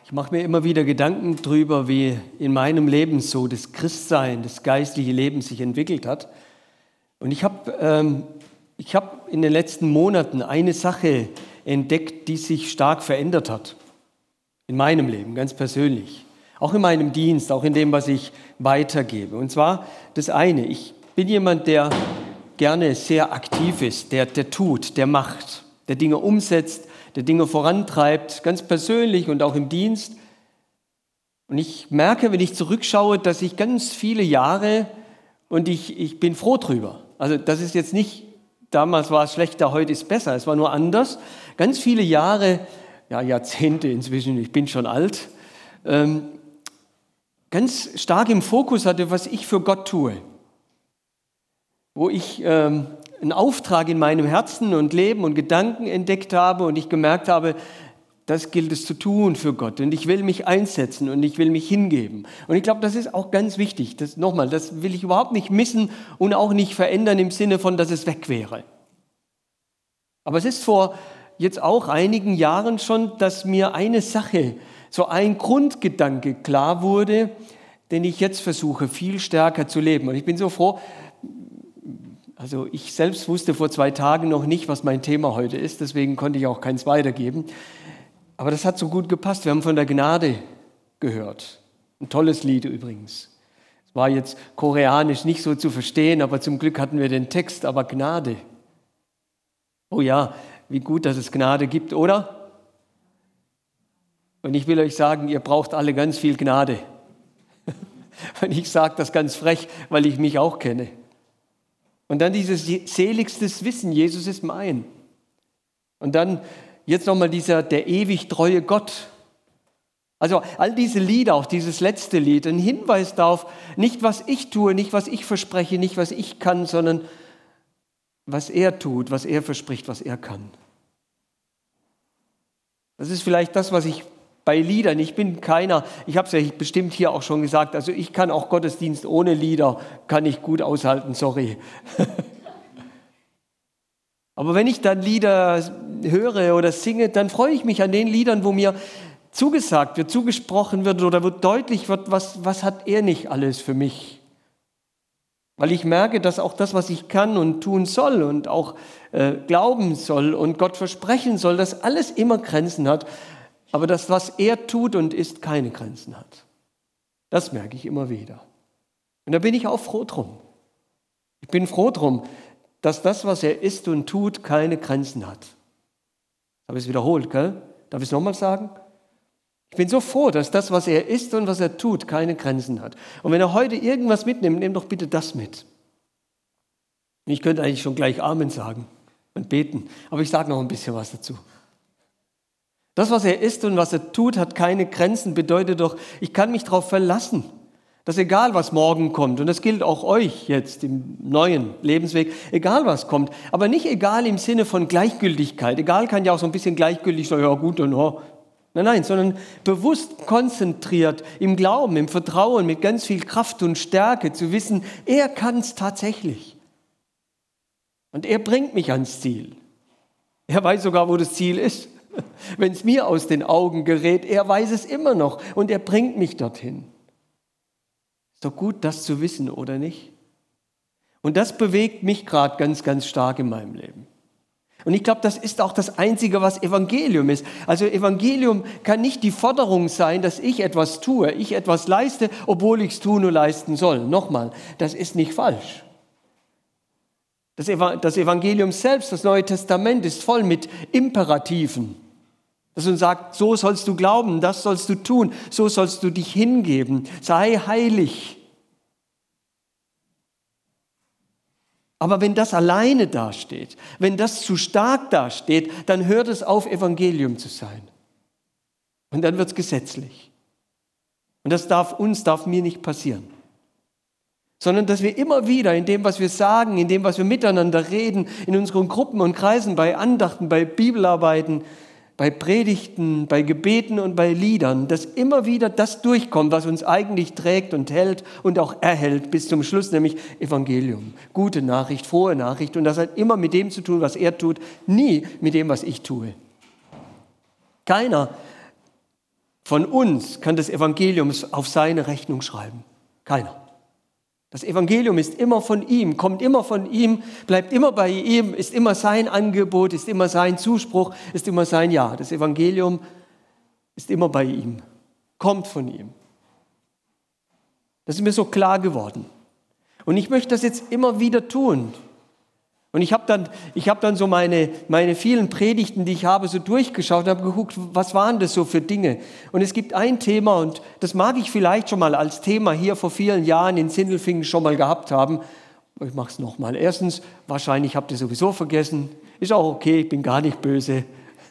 Ich mache mir immer wieder Gedanken darüber, wie in meinem Leben so das Christsein, das geistliche Leben sich entwickelt hat. Und ich habe in den letzten Monaten eine Sache entdeckt, die sich stark verändert hat. In meinem Leben, ganz persönlich. Auch in meinem Dienst, auch in dem, was ich weitergebe. Und zwar das eine, ich bin jemand, der gerne sehr aktiv ist, der tut, der macht, der Dinge umsetzt, der Dinge vorantreibt, ganz persönlich und auch im Dienst. Und ich merke, wenn ich zurückschaue, dass ich ganz viele Jahre, und ich bin froh drüber, also das ist jetzt nicht, damals war es schlechter, heute ist besser, es war nur anders, ganz viele Jahre, ja Jahrzehnte inzwischen, ich bin schon alt, ganz stark im Fokus hatte, was ich für Gott tue. Wo ich einen Auftrag in meinem Herzen und Leben und Gedanken entdeckt habe und ich gemerkt habe, das gilt es zu tun für Gott und ich will mich einsetzen und ich will mich hingeben. Und ich glaube, das ist auch ganz wichtig. Das will ich überhaupt nicht missen und auch nicht verändern im Sinne von, dass es weg wäre. Aber es ist vor jetzt auch einigen Jahren schon, dass mir eine Sache, so ein Grundgedanke klar wurde, den ich jetzt versuche, viel stärker zu leben. Und ich bin so froh. Also ich selbst wusste vor 2 Tagen noch nicht, was mein Thema heute ist, deswegen konnte ich auch keins weitergeben. Aber das hat so gut gepasst. Wir haben von der Gnade gehört. Ein tolles Lied übrigens. Es war jetzt koreanisch nicht so zu verstehen, aber zum Glück hatten wir den Text, aber Gnade. Oh ja, wie gut, dass es Gnade gibt, oder? Und ich will euch sagen, ihr braucht alle ganz viel Gnade. Und ich sage das ganz frech, weil ich mich auch kenne. Und dann dieses seligstes Wissen, Jesus ist mein. Und dann jetzt nochmal der ewig treue Gott. Also all diese Lieder, auch dieses letzte Lied, ein Hinweis darauf, nicht was ich tue, nicht was ich verspreche, nicht was ich kann, sondern was er tut, was er verspricht, was er kann. Das ist vielleicht das, was ich bei Liedern, ich bin keiner, ich habe es ja bestimmt hier auch schon gesagt, also ich kann auch Gottesdienst ohne Lieder, kann ich gut aushalten, sorry. Aber wenn ich dann Lieder höre oder singe, dann freue ich mich an den Liedern, wo mir zugesagt wird, zugesprochen wird oder wo deutlich wird, was hat er nicht alles für mich. Weil ich merke, dass auch das, was ich kann und tun soll und auch glauben soll und Gott versprechen soll, dass alles immer Grenzen hat, aber das, was er tut und ist, keine Grenzen hat. Das merke ich immer wieder. Und da bin ich auch froh drum. Ich bin froh drum, dass das, was er ist und tut, keine Grenzen hat. Habe ich es wiederholt, gell? Darf ich es nochmal sagen? Ich bin so froh, dass das, was er ist und was er tut, keine Grenzen hat. Und wenn er heute irgendwas mitnimmt, nimm doch bitte das mit. Ich könnte eigentlich schon gleich Amen sagen und beten, aber ich sage noch ein bisschen was dazu. Das, was er ist und was er tut, hat keine Grenzen, bedeutet doch, ich kann mich darauf verlassen, dass egal was morgen kommt, und das gilt auch euch jetzt im neuen Lebensweg, egal was kommt, aber nicht egal im Sinne von Gleichgültigkeit. Egal kann ja auch so ein bisschen gleichgültig sein, ja gut und oh. Nein, sondern bewusst konzentriert im Glauben, im Vertrauen, mit ganz viel Kraft und Stärke zu wissen, er kann es tatsächlich. Und er bringt mich ans Ziel. Er weiß sogar, wo das Ziel ist. Wenn es mir aus den Augen gerät, er weiß es immer noch und er bringt mich dorthin. Ist doch gut, das zu wissen, oder nicht? Und das bewegt mich gerade ganz, ganz stark in meinem Leben. Und ich glaube, das ist auch das Einzige, was Evangelium ist. Also Evangelium kann nicht die Forderung sein, dass ich etwas tue, ich etwas leiste, obwohl ich es tun und leisten soll. Nochmal, das ist nicht falsch. Das Evangelium selbst, das Neue Testament, ist voll mit Imperativen. Das uns sagt, so sollst du glauben, das sollst du tun, so sollst du dich hingeben, sei heilig. Aber wenn das alleine dasteht, wenn das zu stark dasteht, dann hört es auf, Evangelium zu sein. Und dann wird es gesetzlich. Und das darf mir nicht passieren. Sondern dass wir immer wieder in dem, was wir sagen, in dem, was wir miteinander reden, in unseren Gruppen und Kreisen, bei Andachten, bei Bibelarbeiten, bei Predigten, bei Gebeten und bei Liedern, dass immer wieder das durchkommt, was uns eigentlich trägt und hält und auch erhält bis zum Schluss, nämlich Evangelium. Gute Nachricht, frohe Nachricht. Und das hat immer mit dem zu tun, was er tut, nie mit dem, was ich tue. Keiner von uns kann das Evangelium auf seine Rechnung schreiben. Keiner. Das Evangelium ist immer von ihm, kommt immer von ihm, bleibt immer bei ihm, ist immer sein Angebot, ist immer sein Zuspruch, ist immer sein Ja. Das Evangelium ist immer bei ihm, kommt von ihm. Das ist mir so klar geworden. Und ich möchte das jetzt immer wieder tun. Und ich habe dann so meine vielen Predigten, die ich habe, so durchgeschaut und habe geguckt, was waren das so für Dinge. Und es gibt ein Thema, und das mag ich vielleicht schon mal als Thema hier vor vielen Jahren in Sindelfingen schon mal gehabt haben. Ich mache es nochmal. Erstens, wahrscheinlich habt ihr sowieso vergessen. Ist auch okay, ich bin gar nicht böse.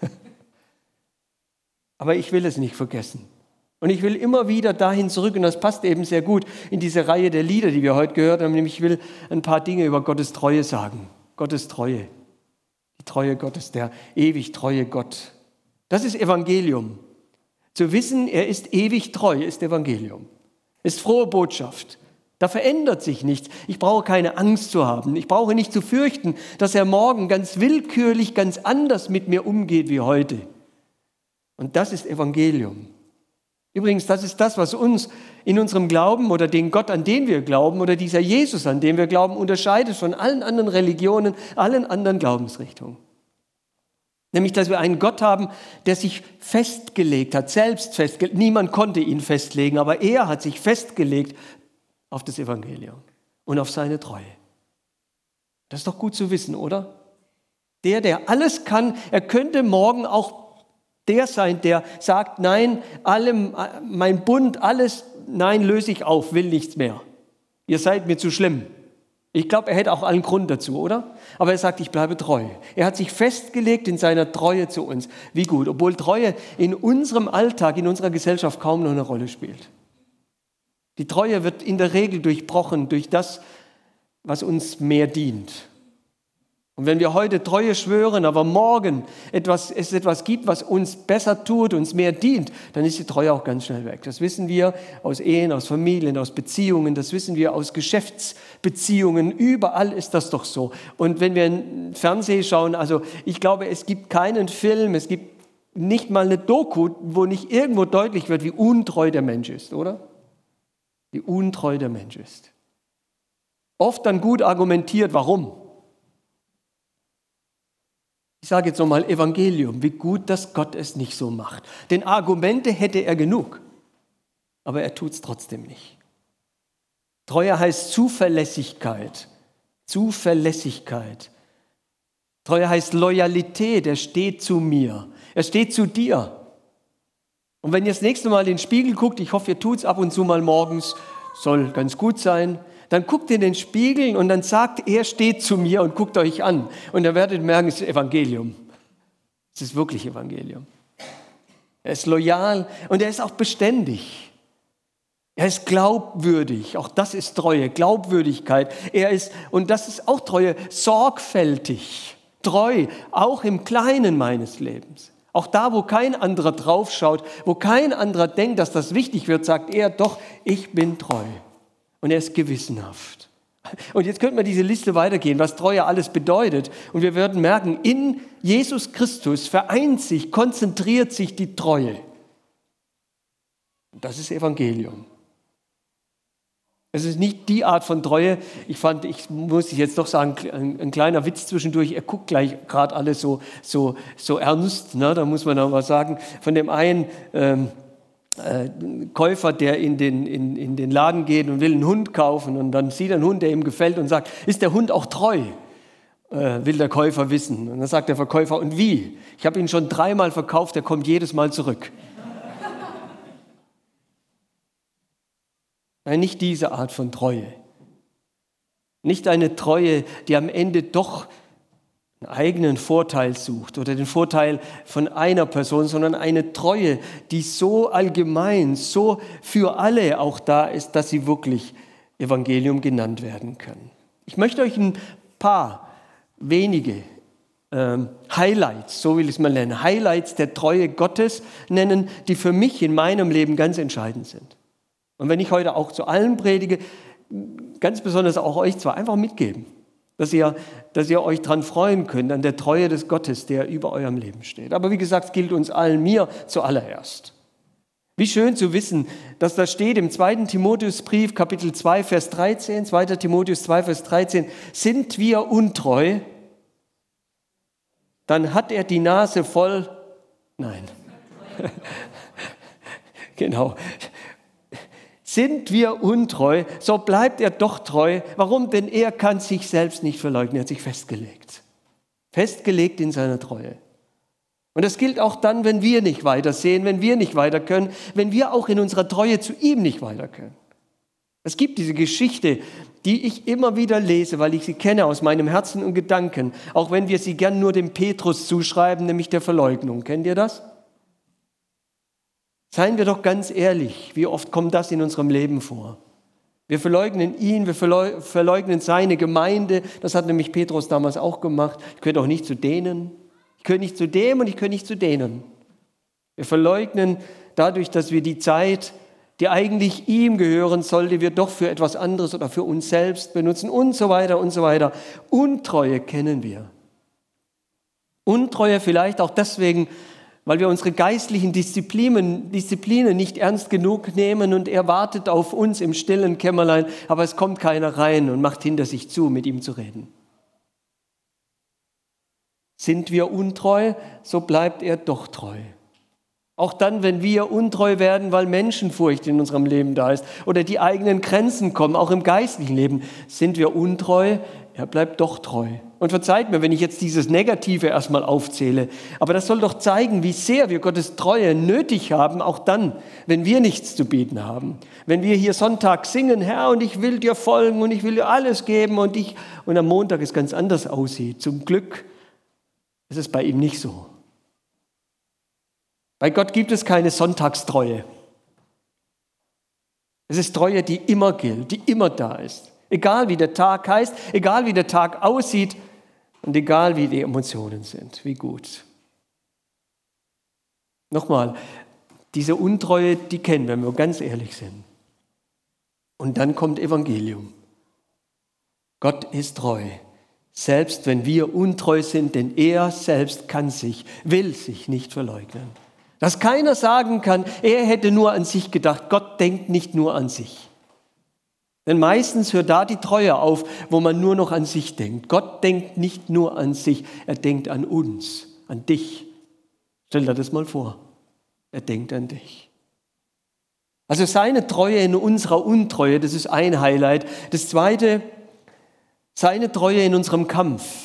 Aber ich will es nicht vergessen. Und ich will immer wieder dahin zurück, und das passt eben sehr gut in diese Reihe der Lieder, die wir heute gehört haben, nämlich ich will ein paar Dinge über Gottes Treue sagen. Gottes Treue, die Treue Gottes, der ewig treue Gott. Das ist Evangelium. Zu wissen, er ist ewig treu, ist Evangelium. Ist frohe Botschaft. Da verändert sich nichts. Ich brauche keine Angst zu haben. Ich brauche nicht zu fürchten, dass er morgen ganz willkürlich, ganz anders mit mir umgeht wie heute. Und das ist Evangelium. Übrigens, das ist das, was uns in unserem Glauben oder den Gott, an den wir glauben, oder dieser Jesus, an den wir glauben, unterscheidet von allen anderen Religionen, allen anderen Glaubensrichtungen. Nämlich, dass wir einen Gott haben, der sich festgelegt hat, selbst festgelegt. Niemand konnte ihn festlegen, aber er hat sich festgelegt auf das Evangelium und auf seine Treue. Das ist doch gut zu wissen, oder? Der alles kann, er könnte morgen auch der sein, der sagt, nein, allem, mein Bund, alles, nein, löse ich auf, will nichts mehr. Ihr seid mir zu schlimm. Ich glaube, er hätte auch allen Grund dazu, oder? Aber er sagt, ich bleibe treu. Er hat sich festgelegt in seiner Treue zu uns. Wie gut, obwohl Treue in unserem Alltag, in unserer Gesellschaft kaum noch eine Rolle spielt. Die Treue wird in der Regel durchbrochen durch das, was uns mehr dient. Und wenn wir heute Treue schwören, aber morgen es etwas gibt, was uns besser tut, uns mehr dient, dann ist die Treue auch ganz schnell weg. Das wissen wir aus Ehen, aus Familien, aus Beziehungen, das wissen wir aus Geschäftsbeziehungen. Überall ist das doch so. Und wenn wir in Fernsehen schauen, also ich glaube, es gibt keinen Film, es gibt nicht mal eine Doku, wo nicht irgendwo deutlich wird, wie untreu der Mensch ist, oder? Wie untreu der Mensch ist. Oft dann gut argumentiert, warum? Ich sage jetzt nochmal Evangelium, wie gut, dass Gott es nicht so macht. Denn Argumente hätte er genug, aber er tut es trotzdem nicht. Treue heißt Zuverlässigkeit. Zuverlässigkeit. Treue heißt Loyalität, er steht zu mir, er steht zu dir. Und wenn ihr das nächste Mal in den Spiegel guckt, ich hoffe, ihr tut es ab und zu mal morgens, soll ganz gut sein, dann guckt in den Spiegel und dann sagt, er steht zu mir und guckt euch an. Und dann werdet ihr merken, es ist Evangelium. Es ist wirklich Evangelium. Er ist loyal und er ist auch beständig. Er ist glaubwürdig. Auch das ist Treue, Glaubwürdigkeit. Er ist, und das ist auch Treue, sorgfältig, treu, auch im Kleinen meines Lebens. Auch da, wo kein anderer draufschaut, wo kein anderer denkt, dass das wichtig wird, sagt er, doch, ich bin treu. Und er ist gewissenhaft. Und jetzt könnte man diese Liste weitergehen, was Treue alles bedeutet. Und wir würden merken, in Jesus Christus vereint sich, konzentriert sich die Treue. Das ist Evangelium. Es ist nicht die Art von Treue. Ich muss jetzt doch sagen, ein kleiner Witz zwischendurch. Er guckt gleich gerade alles so ernst. Ne? Da muss man dann mal sagen, von dem einen Käufer, der in den Laden geht und will einen Hund kaufen und dann sieht er einen Hund, der ihm gefällt und sagt, ist der Hund auch treu? Will der Käufer wissen. Und dann sagt der Verkäufer, und wie? Ich habe ihn schon 3-mal verkauft, der kommt jedes Mal zurück. Nein, nicht diese Art von Treue. Nicht eine Treue, die am Ende doch einen eigenen Vorteil sucht oder den Vorteil von einer Person, sondern eine Treue, die so allgemein, so für alle auch da ist, dass sie wirklich Evangelium genannt werden kann. Ich möchte euch ein paar wenige Highlights, so will ich es mal nennen, Highlights der Treue Gottes nennen, die für mich in meinem Leben ganz entscheidend sind. Und wenn ich heute auch zu allen predige, ganz besonders auch euch zwar einfach mitgeben, dass ihr euch daran freuen könnt, an der Treue des Gottes, der über eurem Leben steht. Aber wie gesagt, es gilt uns allen, mir zuallererst. Wie schön zu wissen, dass da steht im 2. Timotheusbrief, Kapitel 2, Vers 13, 2. Timotheus 2, Vers 13, sind wir untreu, dann hat er die Nase voll. Nein. Genau. Sind wir untreu, so bleibt er doch treu. Warum? Denn er kann sich selbst nicht verleugnen. Er hat sich festgelegt. Festgelegt in seiner Treue. Und das gilt auch dann, wenn wir nicht weitersehen, wenn wir nicht weiter können, wenn wir auch in unserer Treue zu ihm nicht weiter können. Es gibt diese Geschichte, die ich immer wieder lese, weil ich sie kenne aus meinem Herzen und Gedanken, auch wenn wir sie gern nur dem Petrus zuschreiben, nämlich der Verleugnung. Kennt ihr das? Seien wir doch ganz ehrlich, wie oft kommt das in unserem Leben vor? Wir verleugnen ihn, wir verleugnen seine Gemeinde. Das hat nämlich Petrus damals auch gemacht. Ich gehöre doch nicht zu denen. Ich gehöre nicht zu dem und ich gehöre nicht zu denen. Wir verleugnen dadurch, dass wir die Zeit, die eigentlich ihm gehören sollte, wir doch für etwas anderes oder für uns selbst benutzen und so weiter und so weiter. Untreue kennen wir. Untreue vielleicht auch deswegen, weil wir unsere geistlichen Disziplinen nicht ernst genug nehmen und er wartet auf uns im stillen Kämmerlein, aber es kommt keiner rein und macht hinter sich zu, mit ihm zu reden. Sind wir untreu, so bleibt er doch treu. Auch dann, wenn wir untreu werden, weil Menschenfurcht in unserem Leben da ist oder die eigenen Grenzen kommen, auch im geistlichen Leben, sind wir untreu, er bleibt doch treu. Und verzeiht mir, wenn ich jetzt dieses Negative erstmal aufzähle, aber das soll doch zeigen, wie sehr wir Gottes Treue nötig haben, auch dann, wenn wir nichts zu bieten haben. Wenn wir hier Sonntag singen, Herr, und ich will dir folgen und ich will dir alles geben und am Montag es ganz anders aussieht. Zum Glück ist es bei ihm nicht so. Bei Gott gibt es keine Sonntagstreue. Es ist Treue, die immer gilt, die immer da ist. Egal wie der Tag heißt, egal wie der Tag aussieht und egal wie die Emotionen sind. Wie gut. Nochmal, diese Untreue, die kennen wir, wenn wir ganz ehrlich sind. Und dann kommt Evangelium. Gott ist treu. Selbst wenn wir untreu sind, denn er selbst will sich nicht verleugnen. Dass keiner sagen kann, er hätte nur an sich gedacht. Gott denkt nicht nur an sich. Denn meistens hört da die Treue auf, wo man nur noch an sich denkt. Gott denkt nicht nur an sich, er denkt an uns, an dich. Stell dir das mal vor. Er denkt an dich. Also seine Treue in unserer Untreue, das ist ein Highlight. Das zweite, seine Treue in unserem Kampf.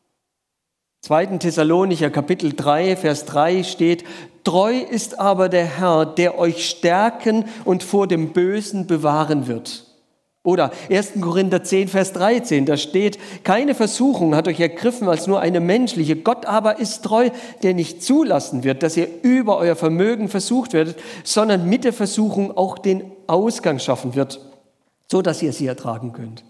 2. Thessalonicher Kapitel 3, Vers 3 steht, treu ist aber der Herr, der euch stärken und vor dem Bösen bewahren wird. Oder 1. Korinther 10, Vers 13, da steht, keine Versuchung hat euch ergriffen als nur eine menschliche. Gott aber ist treu, der nicht zulassen wird, dass ihr über euer Vermögen versucht werdet, sondern mit der Versuchung auch den Ausgang schaffen wird, so dass ihr sie ertragen könnt.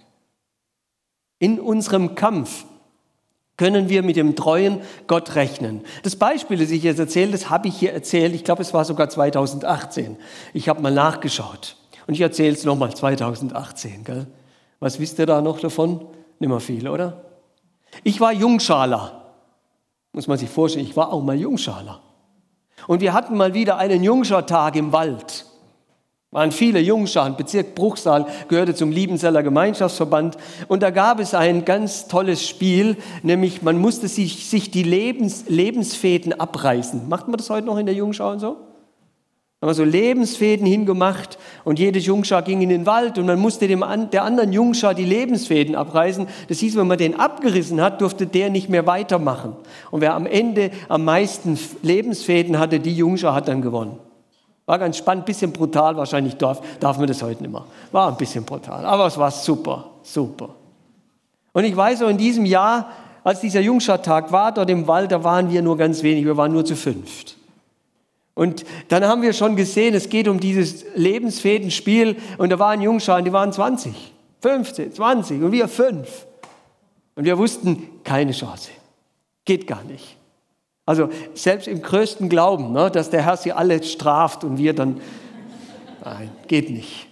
In unserem Kampf können wir mit dem treuen Gott rechnen. Das Beispiel, das ich jetzt erzähle, das habe ich hier erzählt. Ich glaube, es war sogar 2018. Ich habe mal nachgeschaut. Und ich erzähle es nochmal 2018. Gell? Was wisst ihr da noch davon? Nicht mehr viel, oder? Ich war Jungschaler. Muss man sich vorstellen, ich war auch mal Jungschaler. Und wir hatten mal wieder einen Jungschartag im Wald. Waren viele Jungscharen. Bezirk Bruchsal gehörte zum Liebenzeller Gemeinschaftsverband. Und da gab es ein ganz tolles Spiel, nämlich man musste sich die Lebensfäden abreißen. Macht man das heute noch in der Jungschar und so? Da haben wir so Lebensfäden hingemacht und jede Jungschar ging in den Wald und man musste der anderen Jungschar die Lebensfäden abreißen. Das hieß, wenn man den abgerissen hat, durfte der nicht mehr weitermachen. Und wer am Ende am meisten Lebensfäden hatte, die Jungschar hat dann gewonnen. War ganz spannend, ein bisschen brutal, wahrscheinlich darf man das heute nicht mehr. War ein bisschen brutal, aber es war super, super. Und ich weiß, so in diesem Jahr, als dieser Jungschartag war, dort im Wald, da waren wir nur ganz wenig, wir waren nur zu 5. Und dann haben wir schon gesehen, es geht um dieses Lebensfädenspiel und da waren Jungscharen, die waren 20, 15, 20 und wir 5. Und wir wussten, keine Chance, geht gar nicht. Also selbst im größten Glauben, ne, dass der Herr sie alle straft und wir dann, nein, geht nicht.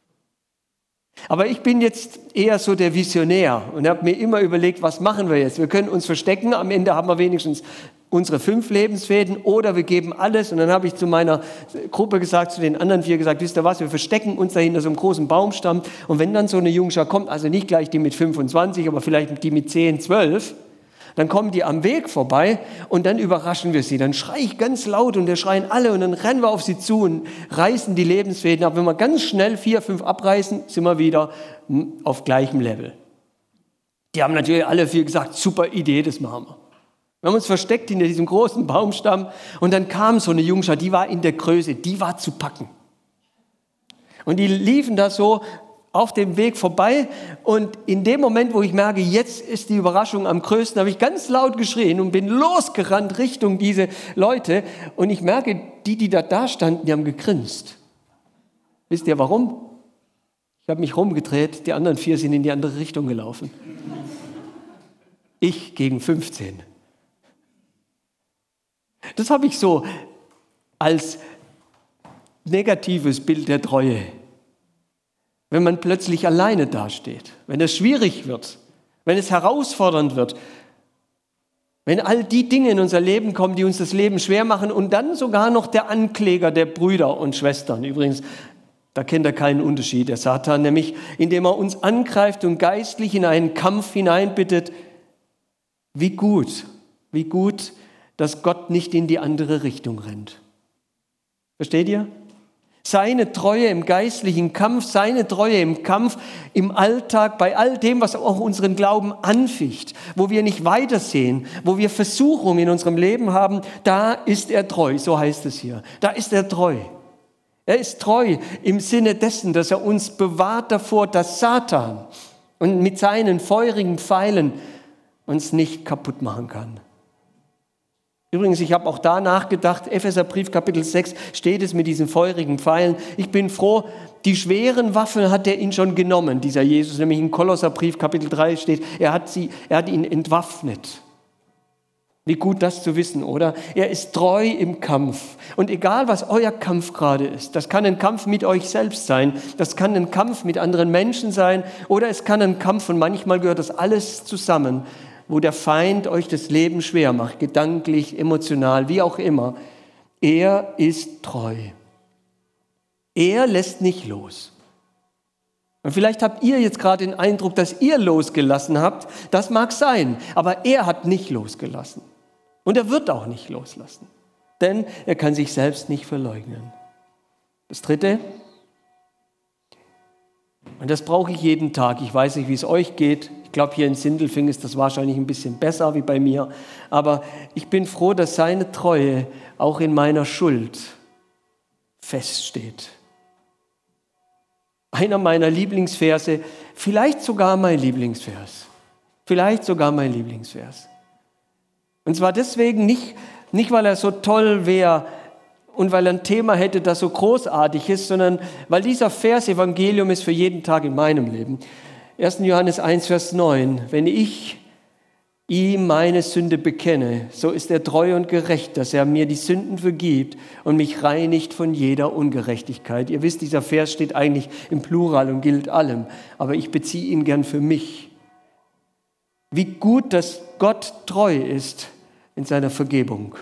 Aber ich bin jetzt eher so der Visionär und habe mir immer überlegt, was machen wir jetzt? Wir können uns verstecken, am Ende haben wir wenigstens unsere 5 Lebensfäden oder wir geben alles. Und dann habe ich zu meiner Gruppe gesagt, zu den anderen 4 gesagt, wisst ihr was, wir verstecken uns da hinter so einem großen Baumstamm. Und wenn dann so eine Jungschar kommt, also nicht gleich die mit 25, aber vielleicht die mit 10, 12, dann kommen die am Weg vorbei und dann überraschen wir sie. Dann schreie ich ganz laut und wir schreien alle und dann rennen wir auf sie zu und reißen die Lebensfäden ab. Wenn wir ganz schnell 4, 5 abreißen, sind wir wieder auf gleichem Level. Die haben natürlich alle 4 gesagt, super Idee, das machen wir. Wir haben uns versteckt hinter diesem großen Baumstamm und dann kam so eine Jungschar, die war in der Größe, die war zu packen. Und die liefen da so auf dem Weg vorbei und in dem Moment, wo ich merke, jetzt ist die Überraschung am größten, habe ich ganz laut geschrien und bin losgerannt Richtung diese Leute und ich merke, die da standen, die haben gegrinst. Wisst ihr warum? Ich habe mich rumgedreht, die anderen 4 sind in die andere Richtung gelaufen. Ich gegen 15. Das habe ich so als negatives Bild der Treue. Wenn man plötzlich alleine dasteht, wenn es schwierig wird, wenn es herausfordernd wird, wenn all die Dinge in unser Leben kommen, die uns das Leben schwer machen und dann sogar noch der Ankläger der Brüder und Schwestern. Übrigens, da kennt er keinen Unterschied, der Satan, nämlich indem er uns angreift und geistlich in einen Kampf hineinbittet. Wie gut, dass Gott nicht in die andere Richtung rennt. Versteht ihr? Seine Treue im geistlichen Kampf, seine Treue im Kampf, im Alltag, bei all dem, was auch unseren Glauben anficht, wo wir nicht weitersehen, wo wir Versuchungen in unserem Leben haben, da ist er treu, so heißt es hier. Da ist er treu. Er ist treu im Sinne dessen, dass er uns bewahrt davor, dass Satan und mit seinen feurigen Pfeilen uns nicht kaputt machen kann. Übrigens, ich habe auch da nachgedacht, Epheserbrief Kapitel 6 steht es mit diesen feurigen Pfeilen. Ich bin froh, die schweren Waffen hat er ihn schon genommen, dieser Jesus, nämlich in Kolosserbrief Kapitel 3 steht, er hat ihn entwaffnet. Wie gut das zu wissen, oder? Er ist treu im Kampf. Und egal, was euer Kampf gerade ist, das kann ein Kampf mit euch selbst sein, das kann ein Kampf mit anderen Menschen sein oder es kann ein Kampf, und manchmal gehört das alles zusammen, wo der Feind euch das Leben schwer macht, gedanklich, emotional, wie auch immer. Er ist treu. Er lässt nicht los. Und vielleicht habt ihr jetzt gerade den Eindruck, dass ihr losgelassen habt. Das mag sein, aber er hat nicht losgelassen. Und er wird auch nicht loslassen. Denn er kann sich selbst nicht verleugnen. Das Dritte, und das brauche ich jeden Tag. Ich weiß nicht, wie es euch geht. Ich glaube, hier in Sindelfingen ist das wahrscheinlich ein bisschen besser wie bei mir. Aber ich bin froh, dass seine Treue auch in meiner Schuld feststeht. Einer meiner Lieblingsverse, vielleicht sogar mein Lieblingsvers. Und zwar deswegen nicht, weil er so toll wäre und weil er ein Thema hätte, das so großartig ist, sondern weil dieser Vers Evangelium ist für jeden Tag in meinem Leben. 1. Johannes 1, Vers 9. Wenn ich ihm meine Sünde bekenne, so ist er treu und gerecht, dass er mir die Sünden vergibt und mich reinigt von jeder Ungerechtigkeit. Ihr wisst, dieser Vers steht eigentlich im Plural und gilt allem, aber ich beziehe ihn gern für mich. Wie gut, dass Gott treu ist in seiner Vergebung.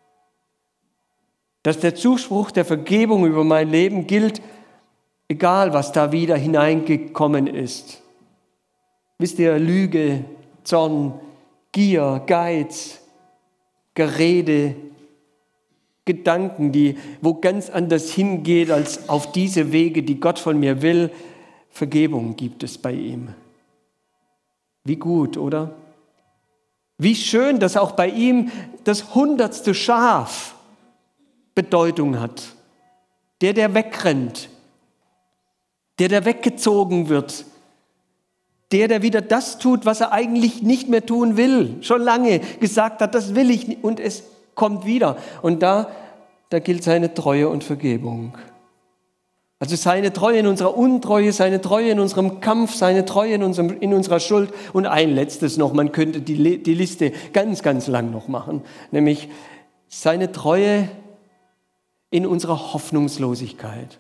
Dass der Zuspruch der Vergebung über mein Leben gilt, egal was da wieder hineingekommen ist. Wisst ihr, Lüge, Zorn, Gier, Geiz, Gerede, Gedanken, wo ganz anders hingeht als auf diese Wege, die Gott von mir will, Vergebung gibt es bei ihm. Wie gut, oder? Wie schön, dass auch bei ihm das 100. Schaf Bedeutung hat. Der wegrennt, der weggezogen wird, der wieder das tut, was er eigentlich nicht mehr tun will, schon lange gesagt hat, das will ich nicht, und es kommt wieder. Und da gilt seine Treue und Vergebung. Also seine Treue in unserer Untreue, seine Treue in unserem Kampf, seine Treue in unserer Schuld. Und ein letztes noch, man könnte die Liste ganz, ganz lang noch machen, nämlich seine Treue in unserer Hoffnungslosigkeit.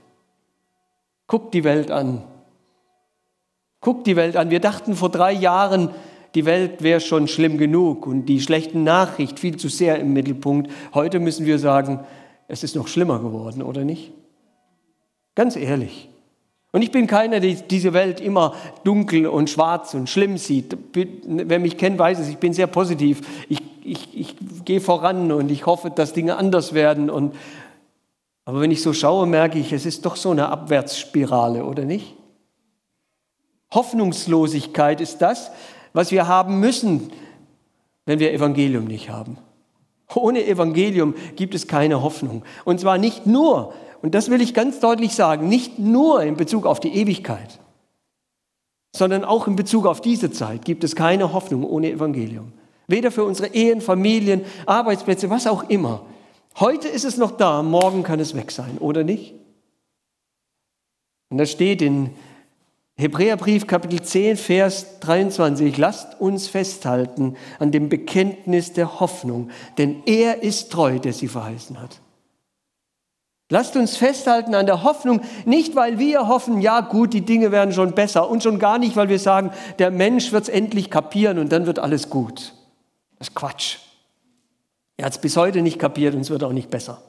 Guckt die Welt an. Wir dachten vor 3 Jahren, die Welt wäre schon schlimm genug und die schlechten Nachrichten viel zu sehr im Mittelpunkt. Heute müssen wir sagen, es ist noch schlimmer geworden, oder nicht? Ganz ehrlich. Und ich bin keiner, der diese Welt immer dunkel und schwarz und schlimm sieht. Wer mich kennt, weiß es, ich bin sehr positiv. Ich gehe voran und ich hoffe, dass Dinge anders werden. Aber wenn ich so schaue, merke ich, es ist doch so eine Abwärtsspirale, oder nicht? Hoffnungslosigkeit ist das, was wir haben müssen, wenn wir Evangelium nicht haben. Ohne Evangelium gibt es keine Hoffnung. Und zwar nicht nur, und das will ich ganz deutlich sagen, nicht nur in Bezug auf die Ewigkeit, sondern auch in Bezug auf diese Zeit gibt es keine Hoffnung ohne Evangelium. Weder für unsere Ehen, Familien, Arbeitsplätze, was auch immer. Heute ist es noch da, morgen kann es weg sein, oder nicht? Und da steht in Hebräerbrief Kapitel 10, Vers 23, lasst uns festhalten an dem Bekenntnis der Hoffnung, denn er ist treu, der sie verheißen hat. Lasst uns festhalten an der Hoffnung, nicht weil wir hoffen, ja gut, die Dinge werden schon besser und schon gar nicht, weil wir sagen, der Mensch wird es endlich kapieren und dann wird alles gut. Das ist Quatsch. Er hat es bis heute nicht kapiert und es wird auch nicht besser.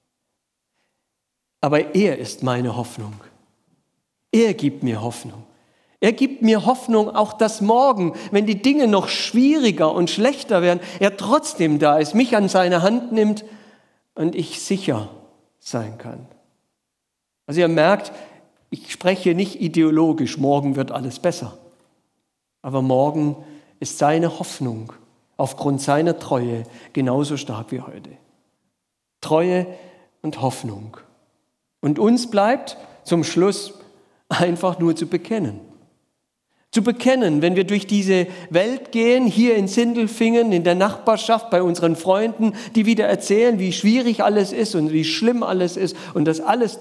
Aber er ist meine Hoffnung. Er gibt mir Hoffnung. Er gibt mir Hoffnung, auch dass morgen, wenn die Dinge noch schwieriger und schlechter werden, er trotzdem da ist, mich an seine Hand nimmt und ich sicher sein kann. Also ihr merkt, ich spreche nicht ideologisch, morgen wird alles besser. Aber morgen ist seine Hoffnung aufgrund seiner Treue genauso stark wie heute. Treue und Hoffnung. Und uns bleibt zum Schluss einfach nur zu bekennen. Zu bekennen, wenn wir durch diese Welt gehen, hier in Sindelfingen, in der Nachbarschaft, bei unseren Freunden, die wieder erzählen, wie schwierig alles ist und wie schlimm alles ist und dass alles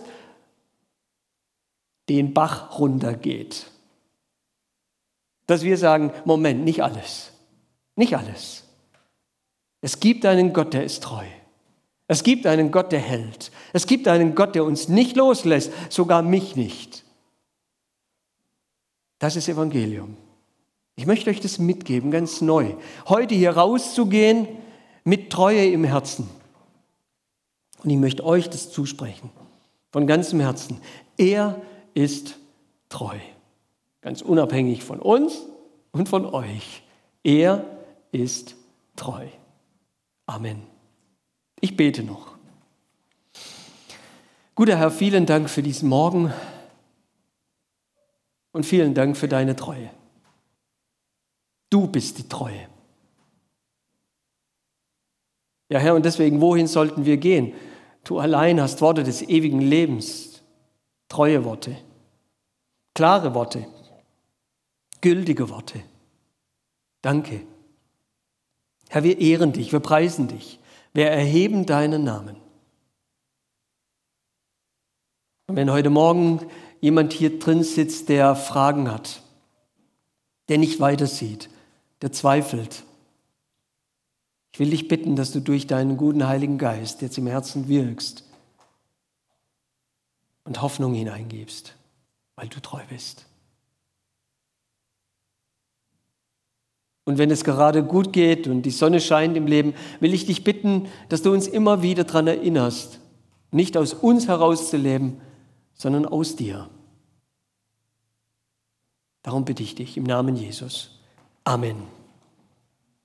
den Bach runtergeht. Dass wir sagen, Moment, nicht alles. Nicht alles. Es gibt einen Gott, der ist treu. Es gibt einen Gott, der hält. Es gibt einen Gott, der uns nicht loslässt, sogar mich nicht. Das ist Evangelium. Ich möchte euch das mitgeben, ganz neu. Heute hier rauszugehen mit Treue im Herzen. Und ich möchte euch das zusprechen, von ganzem Herzen. Er ist treu. Ganz unabhängig von uns und von euch. Er ist treu. Amen. Ich bete noch. Guter Herr, vielen Dank für diesen Morgen. Und vielen Dank für deine Treue. Du bist die Treue. Ja, Herr, und deswegen, wohin sollten wir gehen? Du allein hast Worte des ewigen Lebens, treue Worte, klare Worte, gültige Worte. Danke. Herr, wir ehren dich, wir preisen dich, wir erheben deinen Namen. Und wenn heute Morgen jemand hier drin sitzt, der Fragen hat, der nicht weiter sieht, der zweifelt. Ich will dich bitten, dass du durch deinen guten Heiligen Geist jetzt im Herzen wirkst und Hoffnung hineingibst, weil du treu bist. Und wenn es gerade gut geht und die Sonne scheint im Leben, will ich dich bitten, dass du uns immer wieder daran erinnerst, nicht aus uns heraus zu leben, sondern aus dir. Darum bitte ich dich im Namen Jesus. Amen.